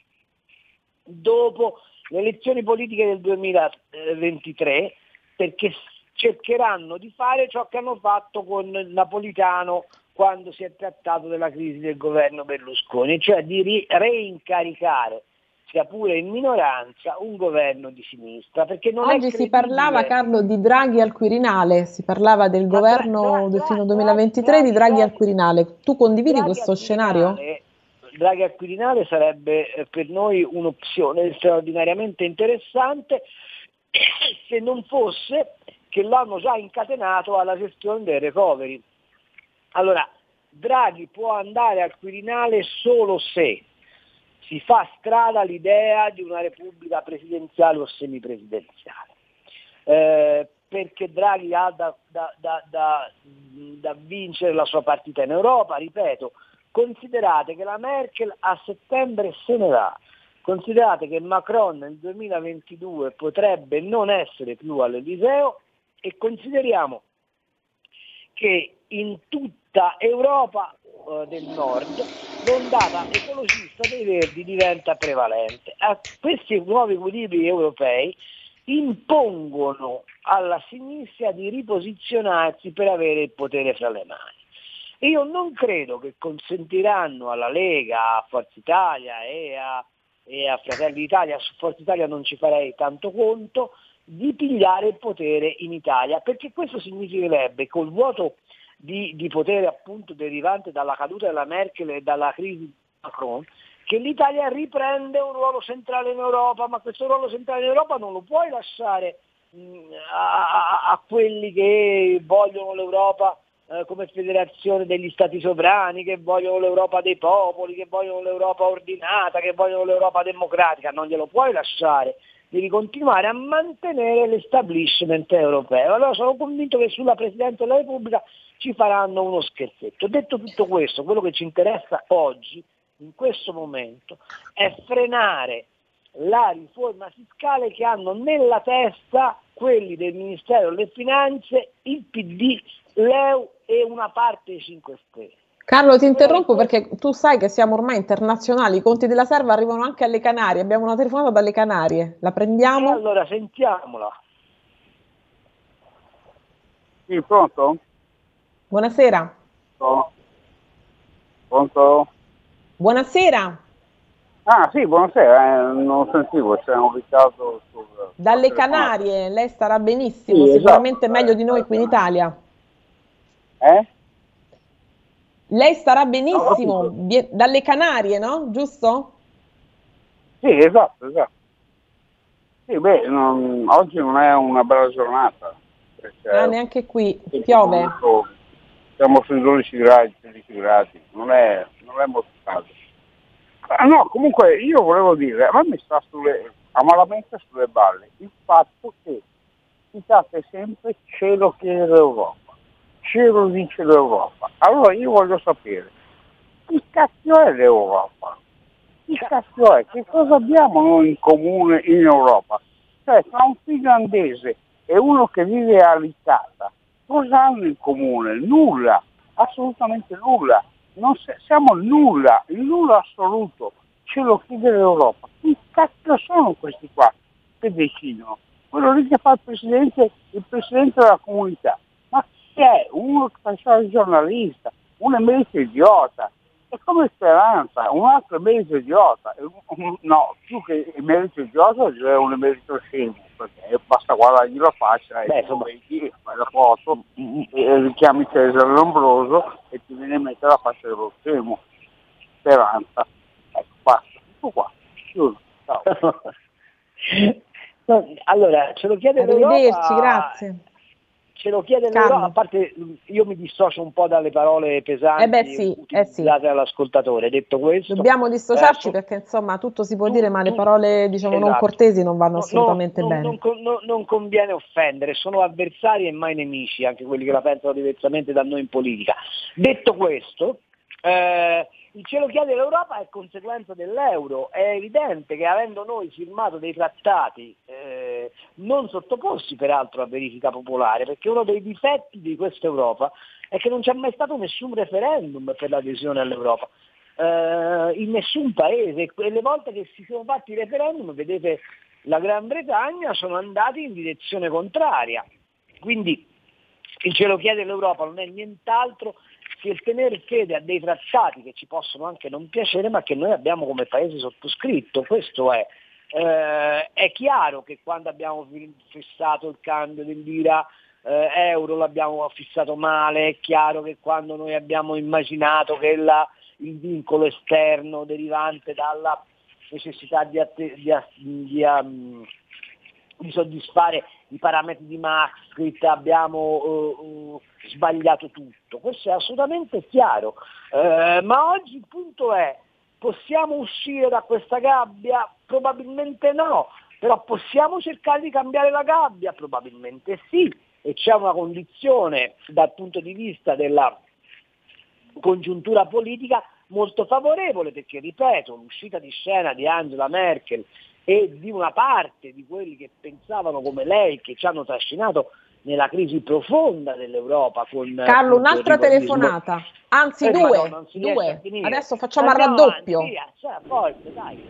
dopo le elezioni politiche del duemilaventitré, perché cercheranno di fare ciò che hanno fatto con Napolitano quando si è trattato della crisi del governo Berlusconi, cioè di ri- reincaricare, sia pure in minoranza, un governo di sinistra. Perché non Oggi è si parlava, Carlo, di Draghi al Quirinale, si parlava del Ma governo Dra- Dra- fino al duemilaventitré Draghi, di Draghi, Draghi al Quirinale. Tu condividi Draghi questo scenario? Draghi al Quirinale sarebbe per noi un'opzione straordinariamente interessante, se non fosse che l'hanno già incatenato alla gestione del recovery. Allora, Draghi può andare al Quirinale solo se si fa strada l'idea di una repubblica presidenziale o semipresidenziale, eh, perché Draghi ha da, da, da, da, da vincere la sua partita in Europa. Ripeto, considerate che la Merkel a settembre se ne va, considerate che Macron nel duemilaventidue potrebbe non essere più all'Eliseo, e consideriamo che in tutta Europa eh, del Nord l'ondata ecologista dei Verdi diventa prevalente. A questi nuovi equilibri europei impongono alla sinistra di riposizionarsi per avere il potere fra le mani. Io non credo che consentiranno alla Lega, a Forza Italia e a, e a Fratelli d'Italia, su Forza Italia non ci farei tanto conto, di pigliare il potere in Italia, perché questo significherebbe, col vuoto di, di potere appunto derivante dalla caduta della Merkel e dalla crisi di Macron, che l'Italia riprende un ruolo centrale in Europa, ma questo ruolo centrale in Europa non lo puoi lasciare mh, a, a, a quelli che vogliono l'Europa eh, come federazione degli stati sovrani, che vogliono l'Europa dei popoli, che vogliono l'Europa ordinata, che vogliono l'Europa democratica. Non glielo puoi lasciare, devi continuare a mantenere l'establishment europeo. Allora sono convinto che sulla Presidenza della Repubblica ci faranno uno scherzetto. Detto tutto questo, quello che ci interessa oggi, in questo momento, è frenare la riforma fiscale che hanno nella testa quelli del Ministero delle Finanze, il P D, l'E U e una parte dei cinque Stelle. Carlo, ti interrompo perché tu sai che siamo ormai internazionali, i conti della serva arrivano anche alle Canarie, abbiamo una telefonata dalle Canarie, la prendiamo? E allora sentiamola. Sì, pronto? Buonasera. Pronto? Pronto? Buonasera. Ah sì, buonasera, eh, non sentivo, c'è un ritardo sul... Dalle Canarie, lei starà benissimo, sì, sicuramente esatto, meglio di noi qui in Italia. Eh? Lei starà benissimo, no, dalle Canarie, no? Giusto? Sì, esatto, esatto. Sì, beh, non, oggi non è una bella giornata. Ah, neanche qui, piove. Molto, siamo sui dodici gradi, tredici gradi, non è, non è molto caldo. Ah, no, comunque io volevo dire, a me mi sta sulle, a malamente sulle balle il fatto che citate sempre ce lo chiede l'Europa, ce lo dice l'Europa. Allora io voglio sapere, chi cazzo è l'Europa? Chi cazzo è? Che cosa abbiamo noi in comune in Europa? Cioè, tra un finlandese e uno che vive a Licata, cosa hanno in comune? Nulla, assolutamente nulla. Non se, siamo nulla, il nulla assoluto. Ce lo chiede l'Europa. Chi cazzo sono questi qua che decidono? Quello lì che fa il presidente, il presidente della comunità. Ma chi è? Uno che fa il giornalista, un emerito idiota. È come Speranza, un altro emerito idiota. No, più che emerito idiota è un emerito scemo, perché basta guardargli la faccia e tu vedi, fai la foto e richiami Cesare Lombroso e ti viene in mente la faccia dello scemo. Speranza. Ecco, basta, tutto qua. Chiuso. Ciao. Allora, ce lo chiede Arrivederci, l'Europa. grazie. Ce lo chiede l'Europa, a parte io mi dissocio un po' dalle parole pesanti eh beh, sì, utilizzate eh sì. dall'ascoltatore. Detto questo, dobbiamo dissociarci eh, perché insomma tutto si può tu, dire, ma tu, le parole diciamo esatto. non cortesi non vanno no, assolutamente no, bene. Non, non, non conviene offendere, sono avversari e mai nemici, anche quelli che la pensano diversamente da noi in politica. Detto questo, eh, il ce lo chiede l'Europa è conseguenza dell'euro. È evidente che avendo noi firmato dei trattati eh, non sottoposti peraltro a verifica popolare, perché uno dei difetti di questa Europa è che non c'è mai stato nessun referendum per l'adesione all'Europa. Eh, in nessun paese, e le volte che si sono fatti i referendum, vedete, la Gran Bretagna, sono andati in direzione contraria. Quindi il ce lo chiede l'Europa non è nient'altro che il tenere fede a dei trattati che ci possono anche non piacere, ma che noi abbiamo come paese sottoscritto. Questo è. Eh, è chiaro che quando abbiamo fissato il cambio del lira eh, euro l'abbiamo fissato male, è chiaro che quando noi abbiamo immaginato che la, il vincolo esterno derivante dalla necessità di, att- di, di, um, di soddisfare i parametri di Maastricht abbiamo uh, uh, sbagliato tutto. Questo è assolutamente chiaro, eh, ma oggi il punto è: possiamo uscire da questa gabbia? Probabilmente no, però possiamo cercare di cambiare la gabbia? Probabilmente sì, e c'è una condizione dal punto di vista della congiuntura politica molto favorevole, perché ripeto, l'uscita di scena di Angela Merkel e di una parte di quelli che pensavano come lei, che ci hanno trascinato nella crisi profonda dell'Europa. Con Carlo, un'altra telefonata, anzi eh, due, Madonna, due. Adesso facciamo Andiamo al raddoppio. Avanti, via, cioè, forza, dai.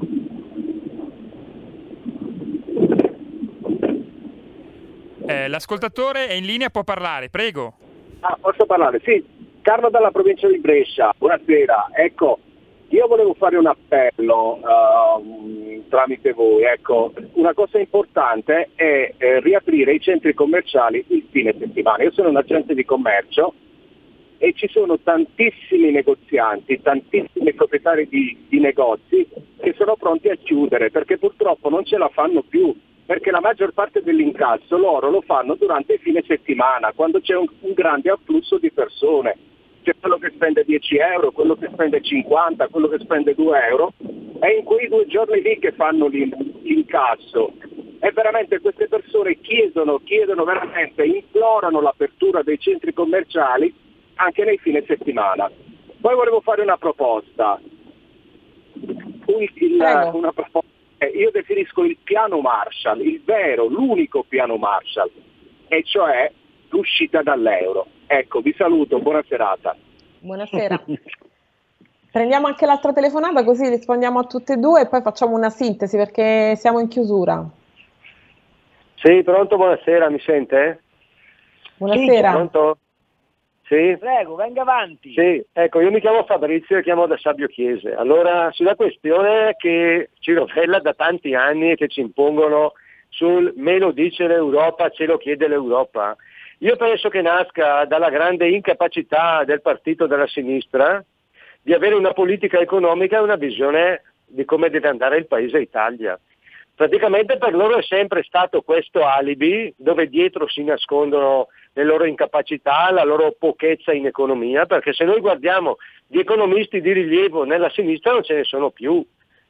Eh, l'ascoltatore è in linea, può parlare, prego. Ah, posso parlare? Sì, Carlo dalla provincia di Brescia, buonasera. Ecco, io volevo fare un appello uh, tramite voi. Ecco, una cosa importante è eh, riaprire i centri commerciali il fine settimana. Io sono un agente di commercio e ci sono tantissimi negozianti, tantissimi proprietari di, di negozi che sono pronti a chiudere perché purtroppo non ce la fanno più, perché la maggior parte dell'incasso loro lo fanno durante il fine settimana, quando c'è un, un grande afflusso di persone. C'è quello che spende dieci euro, quello che spende cinquanta, quello che spende due euro, è in quei due giorni lì che fanno l'incasso. E veramente queste persone chiedono, chiedono veramente, implorano l'apertura dei centri commerciali anche nei fine settimana. Poi volevo fare una proposta. Il, il, una proposta. Io definisco il piano Marshall, il vero, l'unico piano Marshall, e cioè l'uscita dall'euro. Ecco, vi saluto, buona serata. Buonasera. Prendiamo anche l'altra telefonata così rispondiamo a tutte e due e poi facciamo una sintesi perché siamo in chiusura. Sì, pronto, buonasera, mi sente? Buonasera. Sì, pronto? Sì? Prego, venga avanti. Sì, ecco, io mi chiamo Fabrizio e chiamo da Sabio Chiese. Allora, sulla questione che ci rovella da tanti anni e che ci impongono sul me lo dice l'Europa, ce lo chiede l'Europa, io penso che nasca dalla grande incapacità del partito della sinistra di avere una politica economica e una visione di come deve andare il paese Italia. praticamente per loro è sempre stato questo alibi dove dietro si nascondono le loro incapacità, la loro pochezza in economia, perché se noi guardiamo gli economisti di rilievo nella sinistra non ce ne sono più.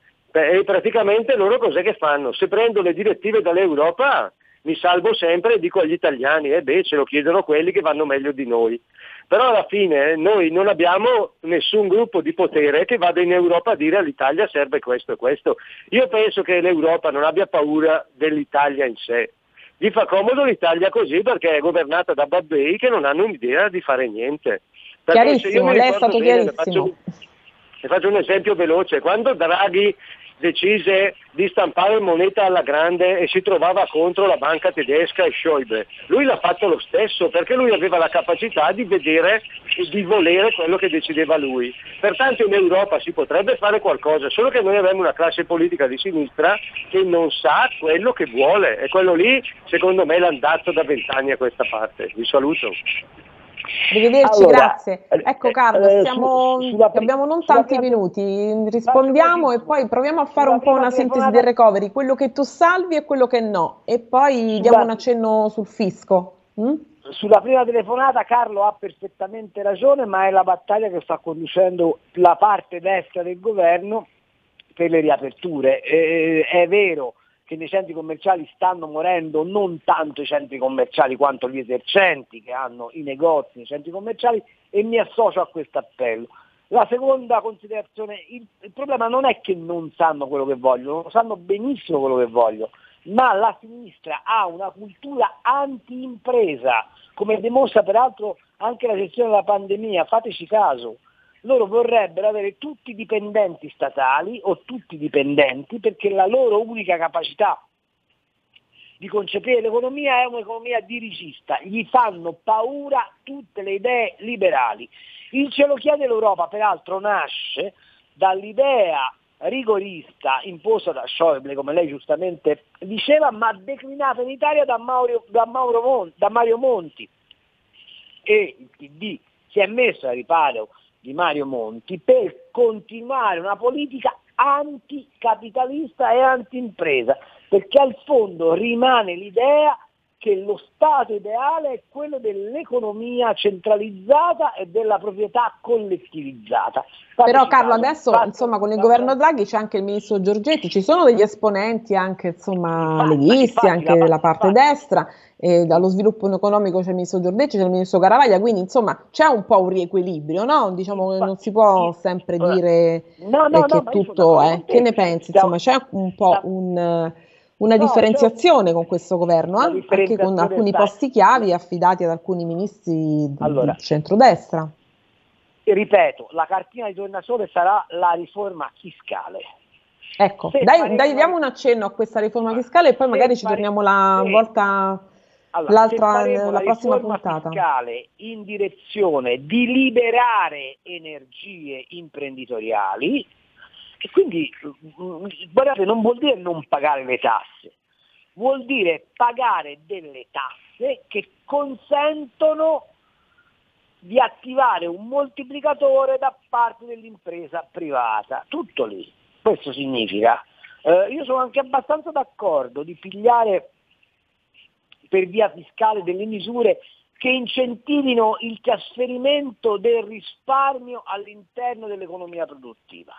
E praticamente loro cos'è che fanno? Se prendo le direttive dall'Europa mi salvo sempre e dico agli italiani, eh beh, ce lo chiedono quelli che vanno meglio di noi. Però alla fine noi non abbiamo nessun gruppo di potere che vada in Europa a dire all'Italia serve questo e questo. Io penso che l'Europa non abbia paura dell'Italia in sé. Gli fa comodo l'Italia così perché è governata da babbei che non hanno un'idea di fare niente. Perché chiarissimo, lei è stato bene, chiarissimo. Le faccio, le faccio un esempio veloce. Quando Draghi decise di stampare moneta alla grande e si trovava contro la banca tedesca e Schäuble, lui l'ha fatto lo stesso perché lui aveva la capacità di vedere e di volere quello che decideva lui. Pertanto in Europa si potrebbe fare qualcosa, solo che noi abbiamo una classe politica di sinistra che non sa quello che vuole, e quello lì secondo me è l'andazzo da vent'anni a questa parte. Vi saluto. Arrivederci, Allora, grazie. Ecco Carlo, eh, siamo, su- sulla pri- abbiamo non sulla tanti prima- minuti, rispondiamo e poi proviamo a fare sulla un po' prima una sintesi telefonata- del recovery, quello che tu salvi e quello che no, e poi Sulla- diamo un accenno sul fisco. Mm? Sulla prima telefonata Carlo ha perfettamente ragione, ma è la battaglia che sta conducendo la parte destra del governo per le riaperture. Eh, è vero che nei centri commerciali stanno morendo non tanto i centri commerciali quanto gli esercenti che hanno i negozi nei centri commerciali, e mi associo a questo appello. La seconda considerazione, il, il problema non è che non sanno quello che vogliono, lo sanno benissimo quello che vogliono, ma la sinistra ha una cultura anti-impresa, come dimostra peraltro anche la gestione della pandemia. Fateci caso, loro vorrebbero avere tutti dipendenti statali o tutti dipendenti perché la loro unica capacità di concepire l'economia è un'economia dirigista, gli fanno paura tutte le idee liberali. Il ce lo chiede l'Europa peraltro nasce dall'idea rigorista imposta da Schäuble, come lei giustamente diceva, ma declinata in Italia da, Mauro, da, Mauro Monti, da Mario Monti, e il P D si è messo al riparo di Mario Monti per continuare una politica anticapitalista e anti-impresa, perché al fondo rimane l'idea che lo stato ideale è quello dell'economia centralizzata e della proprietà collettivizzata. Fateci Però Carlo, caso, adesso fatto- insomma con il governo Draghi c'è anche il ministro Giorgetti, ci sono degli esponenti anche insomma Infatti, leghisti, infatti, anche la- della parte infatti. destra, e dallo sviluppo economico c'è il ministro Giorgetti, c'è il ministro Garavaglia, quindi insomma c'è un po' un riequilibrio, no? Diciamo che non si può sempre dire No, no, eh, no, che ma io sono tutto d'accordo è. con te. Che ne pensi? Stiamo- Insomma c'è un po' un, eh, una No, differenziazione con questo governo, la eh? Anche con differenziazione alcuni sta- posti chiavi affidati ad alcuni ministri di, Allora. di centrodestra. E ripeto, la cartina di tornasole sarà la riforma fiscale. Ecco, Se dai, faremo dai, una- diamo un accenno a questa riforma fiscale e poi Se magari ci fare- torniamo la se- volta Allora, l'altra se faremo la prossima riforma puntata. fiscale in direzione di liberare energie imprenditoriali, e quindi mm, guardate, non vuol dire non pagare le tasse, vuol dire pagare delle tasse che consentono di attivare un moltiplicatore da parte dell'impresa privata. Tutto lì. Questo significa. Eh, io sono anche abbastanza d'accordo di pigliare per via fiscale delle misure che incentivino il trasferimento del risparmio all'interno dell'economia produttiva.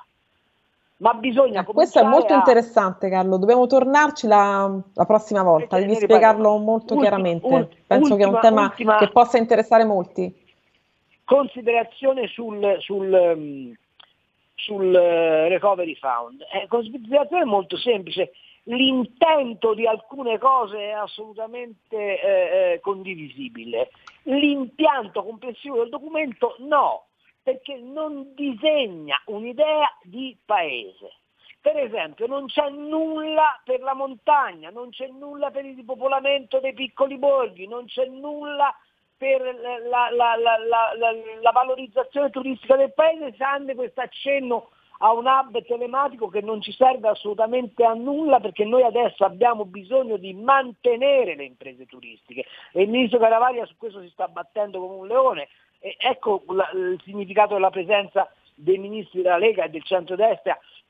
Ma bisogna Eh, questo è molto cominciare a- interessante, Carlo. Dobbiamo tornarci la, la prossima volta. Eh, Devi ne spiegarlo riparliamo. molto Ultima- chiaramente. ult- Penso che è un ultima- tema ultima- che possa interessare molti. Considerazione sul, sul, um, sul uh, Recovery Fund. Eh, considerazione molto semplice. L'intento di alcune cose è assolutamente eh, eh, condivisibile. L'impianto complessivo del documento no, perché non disegna un'idea di paese. Per esempio non c'è nulla per la montagna, non c'è nulla per il ripopolamento dei piccoli borghi, non c'è nulla per la, la, la, la, la, la valorizzazione turistica del paese, tranne questo accenno a un hub telematico che non ci serve assolutamente a nulla, perché noi adesso abbiamo bisogno di mantenere le imprese turistiche e il ministro Garavaglia su questo si sta battendo come un leone. E ecco la, il significato della presenza dei ministri della Lega e del centrodestra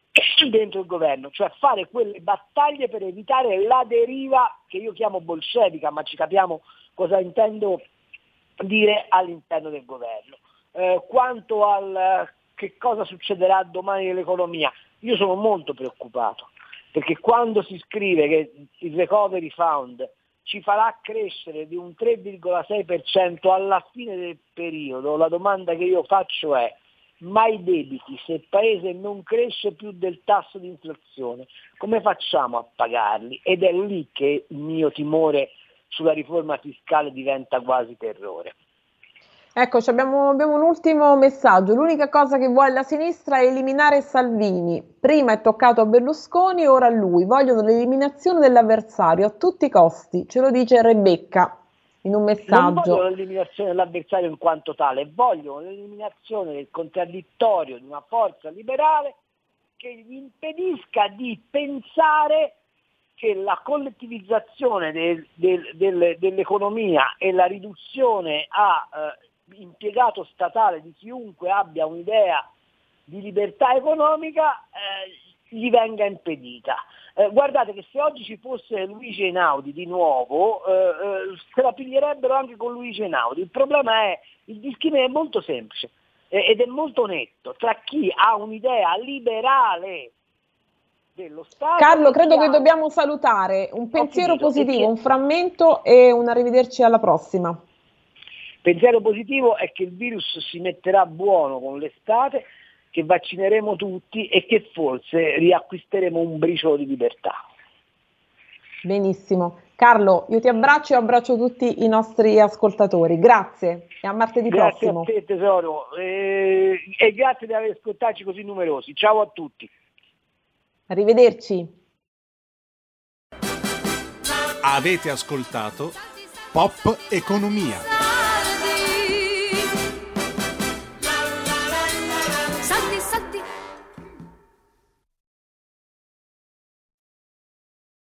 dentro il governo, cioè fare quelle battaglie per evitare la deriva che io chiamo bolscevica, ma ci capiamo cosa intendo dire all'interno del governo. Eh, quanto al che cosa succederà domani nell'economia, io sono molto preoccupato, perché quando si scrive che il Recovery Fund ci farà crescere di un tre virgola sei per cento alla fine del periodo, la domanda che io faccio è: ma i debiti, se il paese non cresce più del tasso di inflazione, come facciamo a pagarli? Ed è lì che il mio timore sulla riforma fiscale diventa quasi terrore. Eccoci, abbiamo, abbiamo un ultimo messaggio. L'unica cosa che vuole la sinistra è eliminare Salvini. Prima è toccato a Berlusconi, ora a lui. Vogliono l'eliminazione dell'avversario a tutti i costi. Ce lo dice Rebecca in un messaggio. Non vogliono l'eliminazione dell'avversario in quanto tale, vogliono l'eliminazione del contraddittorio di una forza liberale che gli impedisca di pensare che la collettivizzazione del, del, del, dell'economia e la riduzione a eh, impiegato statale di chiunque abbia un'idea di libertà economica eh, gli venga impedita. Eh, guardate che se oggi ci fosse Luigi Einaudi di nuovo, eh, eh, se la piglierebbero anche con Luigi Einaudi. Il problema è, il discrimine è molto semplice eh, ed è molto netto tra chi ha un'idea liberale dello Stato. Carlo, credo che ha... dobbiamo salutare. Un pensiero finito, positivo, che... un frammento e un arrivederci alla prossima. Pensiero positivo è che il virus si metterà buono con l'estate, che vaccineremo tutti e che forse riacquisteremo un briciolo di libertà. Benissimo. Carlo, io ti abbraccio e abbraccio tutti i nostri ascoltatori. Grazie e a martedì grazie prossimo. Grazie a te tesoro e, e grazie di aver ascoltato così numerosi. Ciao a tutti. Arrivederci. Avete ascoltato Pop Economia.